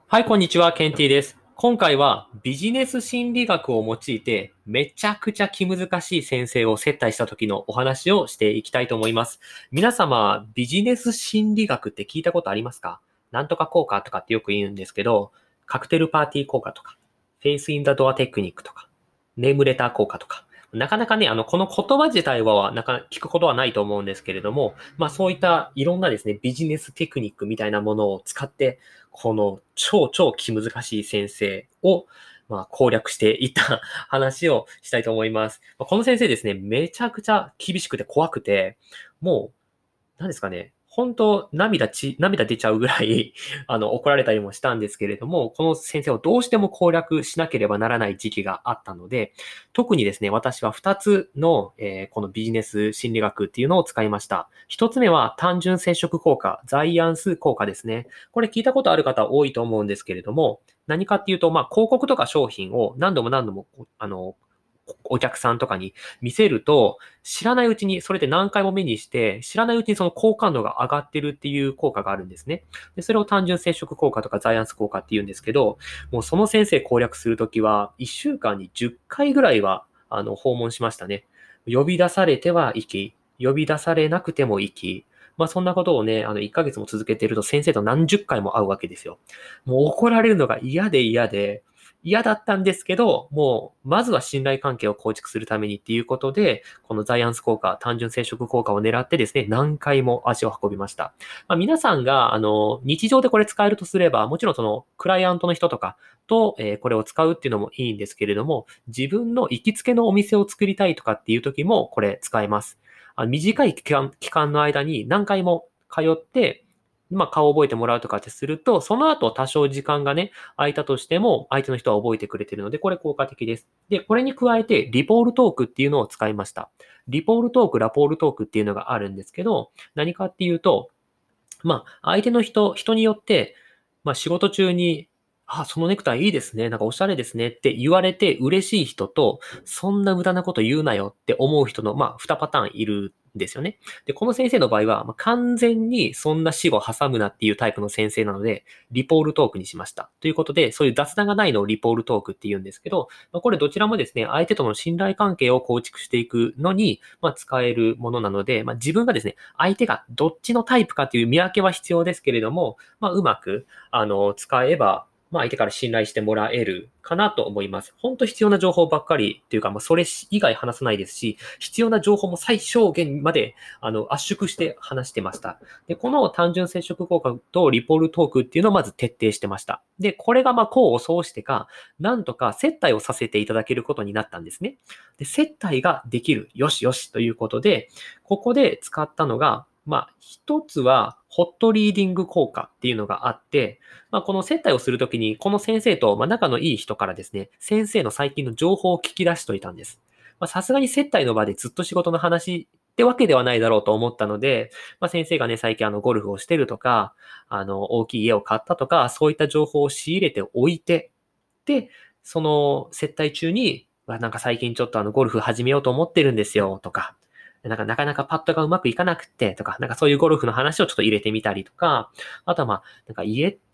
はい、こんにちは、ケンティです。今回はビジネス心理学を用いてめちゃくちゃ気難しい先生を接待した時のお話をしていきたいと思います。皆様、ビジネス心理学って聞いたことありますか？なんとか効果とかってよく言うんですけど、カクテルパーティー効果とか、フェイスインダドアテクニックとか、ネームレター効果とか、なかなかね、この言葉自体は聞くことはないと思うんですけれども、そういったいろんなですね、ビジネステクニックみたいなものを使って、この超超気難しい先生を、攻略していった話をしたいと思います。この先生ですね、めちゃくちゃ厳しくて怖くて、もう、何ですかね、本当涙出ちゃうぐらい、怒られたりもしたんですけれども、この先生をどうしても攻略しなければならない時期があったので、特にですね、私は2つの、このビジネス心理学っていうのを使いました。1つ目は単純接触効果、ザイアンス効果ですね。これ聞いたことある方多いと思うんですけれども、何かっていうと、広告とか商品を何度も何度も、お客さんとかに見せると、知らないうちに、それで何回も目にして、知らないうちにその好感度が上がってるっていう効果があるんですね。で、それを単純接触効果とかザイアンス効果って言うんですけど、もうその先生攻略するときは、1週間に10回ぐらいは、訪問しましたね。呼び出されては行き、呼び出されなくても行き、そんなことをね、1ヶ月も続けてると先生と何十回も会うわけですよ。もう怒られるのが嫌だったんですけど、もう、まずは信頼関係を構築するためにっていうことで、このザイアンス効果、単純接触効果を狙ってですね、何回も足を運びました。皆さんが、日常でこれ使えるとすれば、もちろんその、クライアントの人とかと、これを使うっていうのもいいんですけれども、自分の行きつけのお店を作りたいとかっていう時も、これ使えます。短い期間の間に何回も通って、顔を覚えてもらうとかってすると、その後多少時間がね、空いたとしても、相手の人は覚えてくれてるので、これ効果的です。で、これに加えて、リポールトークっていうのを使いました。リポールトーク、ラポールトークっていうのがあるんですけど、何かっていうと、相手の人によって、仕事中に、そのネクタイいいですね。なんかおしゃれですねって言われて嬉しい人と、そんな無駄なこと言うなよって思う人の、2パターンいるんですよね。で、この先生の場合は、完全にそんな死を挟むなっていうタイプの先生なので、リポールトークにしました。ということで、そういう雑談がないのをリポールトークって言うんですけど、これどちらもですね、相手との信頼関係を構築していくのに、使えるものなので、自分がですね、相手がどっちのタイプかっていう見分けは必要ですけれども、うまく、使えば、相手から信頼してもらえるかなと思います。本当必要な情報ばっかりっていうか、それ以外話さないですし、必要な情報も最小限まで、圧縮して話してました。で、この単純接触効果とリポールトークっていうのをまず徹底してました。で、これが功を奏してか、なんとか接待をさせていただけることになったんですね。で、接待ができる。よしよしということで、ここで使ったのが、一つは、ホットリーディング効果っていうのがあって、この接待をするときに、この先生と、仲のいい人からですね、先生の最近の情報を聞き出しといたんです。さすがに接待の場でずっと仕事の話ってわけではないだろうと思ったので、先生がね、最近ゴルフをしてるとか、大きい家を買ったとか、そういった情報を仕入れておいて、で、その接待中に、なんか最近ちょっとゴルフ始めようと思ってるんですよ、とか、なんかなかなかパットがうまくいかなくて、とか、なんかそういうゴルフの話をちょっと入れてみたりとか、あとはなんか家って、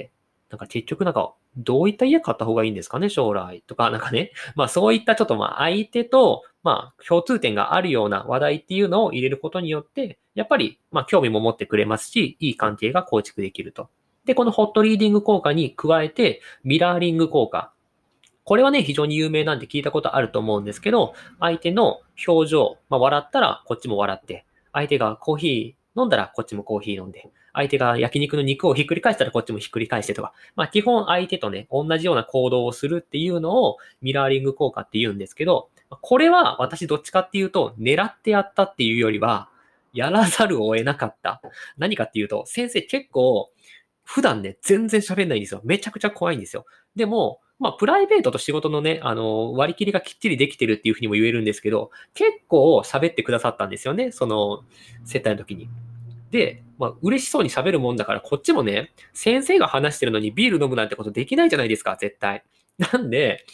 なんか結局なんか、どういった家買った方がいいんですかね、将来。とか、なんかね、そういったちょっと相手と、共通点があるような話題っていうのを入れることによって、やっぱり、興味も持ってくれますし、いい関係が構築できると。で、このホットリーディング効果に加えて、ミラーリング効果。これはね、非常に有名なんで聞いたことあると思うんですけど、相手の表情、笑ったらこっちも笑って、相手がコーヒー飲んだらこっちもコーヒー飲んで、相手が焼肉の肉をひっくり返したらこっちもひっくり返してとか、基本相手とね、同じような行動をするっていうのをミラーリング効果って言うんですけど、これは私どっちかっていうと、狙ってやったっていうよりは、やらざるを得なかった。何かっていうと、先生結構、普段ね、全然喋んないんですよ。めちゃくちゃ怖いんですよ。でも、プライベートと仕事のね、割り切りがきっちりできてるっていうふうにも言えるんですけど、結構喋ってくださったんですよね、その、接待の時に。で、嬉しそうに喋るもんだから、こっちもね、先生が話してるのにビール飲むなんてことできないじゃないですか、絶対。なんで、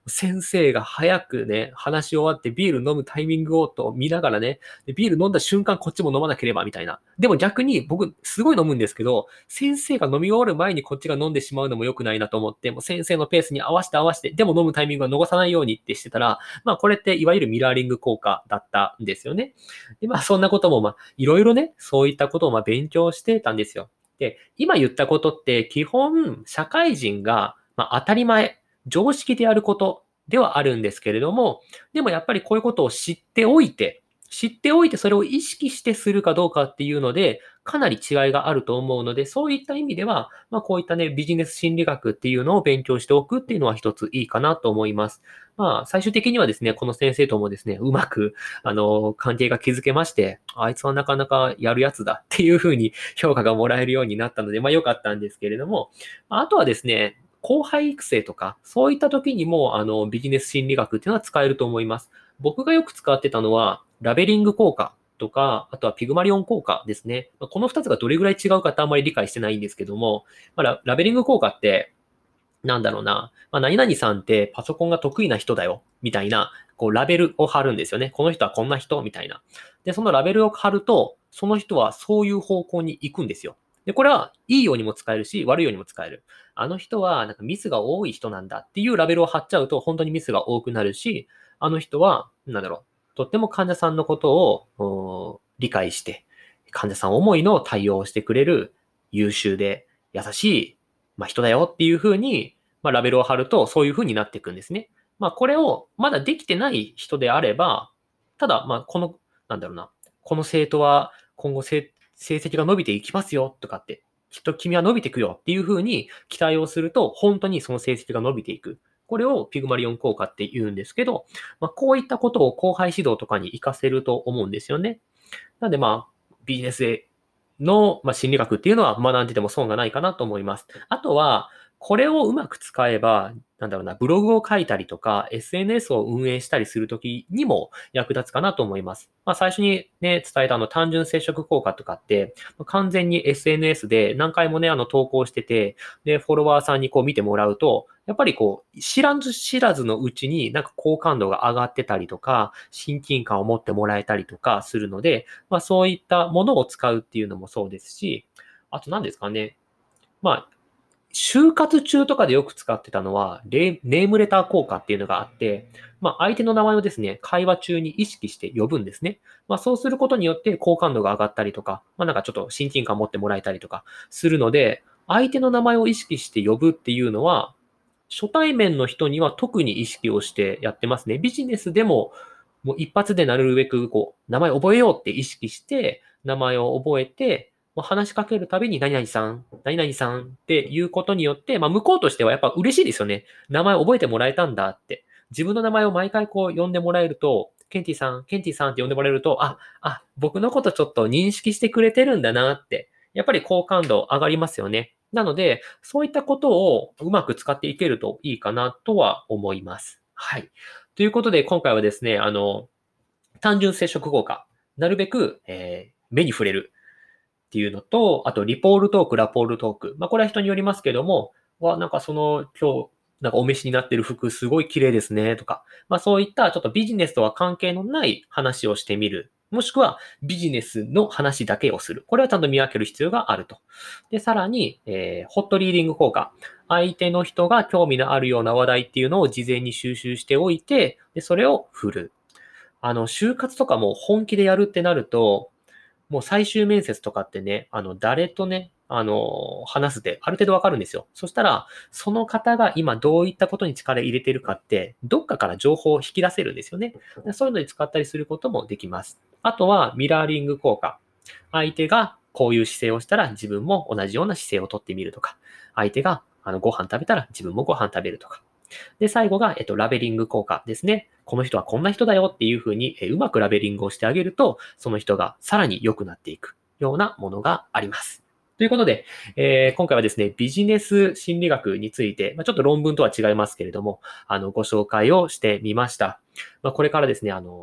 先生が早くね、話し終わってビール飲むタイミングをと見ながらね、でビール飲んだ瞬間こっちも飲まなければみたいな。でも逆に僕すごい飲むんですけど、先生が飲み終わる前にこっちが飲んでしまうのも良くないなと思って、もう先生のペースに合わせて、でも飲むタイミングは逃さないようにってしてたら、まあこれっていわゆるミラーリング効果だったんですよね。で、まあそんなこともいろいろね、そういったことを勉強してたんですよ。で、今言ったことって基本社会人が当たり前、常識でやることではあるんですけれども、でもやっぱりこういうことを知っておいてそれを意識してするかどうかっていうので、かなり違いがあると思うので、そういった意味では、こういったね、ビジネス心理学っていうのを勉強しておくっていうのは一ついいかなと思います。最終的にはですね、この先生ともですね、うまく、関係が築けまして、あいつはなかなかやるやつだっていうふうに評価がもらえるようになったので、良かったんですけれども、あとはですね、後輩育成とか、そういった時にも、ビジネス心理学っていうのは使えると思います。僕がよく使ってたのは、ラベリング効果とか、あとはピグマリオン効果ですね。この二つがどれぐらい違うかってあんまり理解してないんですけども、ラベリング効果って、なんだろうな、何々さんってパソコンが得意な人だよ、みたいな、こう、ラベルを貼るんですよね。この人はこんな人、みたいな。で、そのラベルを貼ると、その人はそういう方向に行くんですよ。で、これはいいようにも使えるし、悪いようにも使える。あの人は、なんかミスが多い人なんだっていうラベルを貼っちゃうと、本当にミスが多くなるし、あの人は、なんだろう、とっても患者さんのことを理解して、患者さん思いの対応をしてくれる優秀で優しい、人だよっていうふうに、ラベルを貼るとそういうふうになっていくんですね。これをまだできてない人であれば、ただ、なんだろうな、この生徒は今後成績が伸びていきますよとかって、きっと君は伸びていくよっていうふうに期待をすると、本当にその成績が伸びていく。これをピグマリオン効果って言うんですけど、こういったことを後輩指導とかに活かせると思うんですよね。なんでビジネスの、心理学っていうのは学んでても損がないかなと思います。あとは、これをうまく使えば、なんだろうな、ブログを書いたりとか、SNS を運営したりするときにも役立つかなと思います。最初にね、伝えた単純接触効果とかって、完全に SNS で何回もね、投稿してて、で、フォロワーさんにこう見てもらうと、やっぱりこう、知らず知らずのうちになんか好感度が上がってたりとか、親近感を持ってもらえたりとかするので、そういったものを使うっていうのもそうですし、あと何ですかね。就活中とかでよく使ってたのは、ネームレター効果っていうのがあって、相手の名前をですね、会話中に意識して呼ぶんですね。そうすることによって好感度が上がったりとか、なんかちょっと親近感を持ってもらえたりとかするので、相手の名前を意識して呼ぶっていうのは、初対面の人には特に意識をしてやってますね。ビジネスでも、もう一発でなるべく、こう、名前覚えようって意識して、名前を覚えて、話しかけるたびに、何々さん、何々さんっていうことによって、向こうとしてはやっぱ嬉しいですよね。名前覚えてもらえたんだって。自分の名前を毎回こう呼んでもらえると、ケンティさん、ケンティさんって呼んでもらえると、僕のことちょっと認識してくれてるんだなって。やっぱり好感度上がりますよね。なので、そういったことをうまく使っていけるといいかなとは思います。はい。ということで、今回はですね、単純接触効果。なるべく、目に触れるっていうのと、あと、リポールトーク、ラポールトーク。これは人によりますけども、なんか今日、なんかお召しになってる服すごい綺麗ですね、とか。そういったちょっとビジネスとは関係のない話をしてみる。もしくはビジネスの話だけをする。これはちゃんと見分ける必要があると。で、さらに、ホットリーディング効果。相手の人が興味のあるような話題っていうのを事前に収集しておいて、で、それを振る。就活とかも本気でやるってなると、もう最終面接とかってね、誰とね、話すってある程度わかるんですよ。そしたら、その方が今どういったことに力入れてるかって、どっかから情報を引き出せるんですよね。そういうのに使ったりすることもできます。あとは、ミラーリング効果。相手がこういう姿勢をしたら自分も同じような姿勢をとってみるとか、相手がご飯食べたら自分もご飯食べるとか。で、最後が、ラベリング効果ですね。この人はこんな人だよっていうふうに、うまくラベリングをしてあげると、その人がさらに良くなっていくようなものがあります。ということで、今回はですね、ビジネス心理学について、ちょっと論文とは違いますけれども、ご紹介をしてみました。これからですね、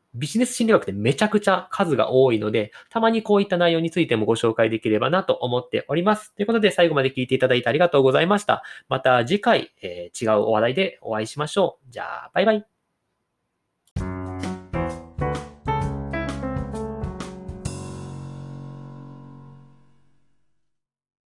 ビジネス心理学ってめちゃくちゃ数が多いので、たまにこういった内容についてもご紹介できればなと思っております。ということで最後まで聞いていただいてありがとうございました。また次回、違うお話題でお会いしましょう。じゃあ、バイバイ。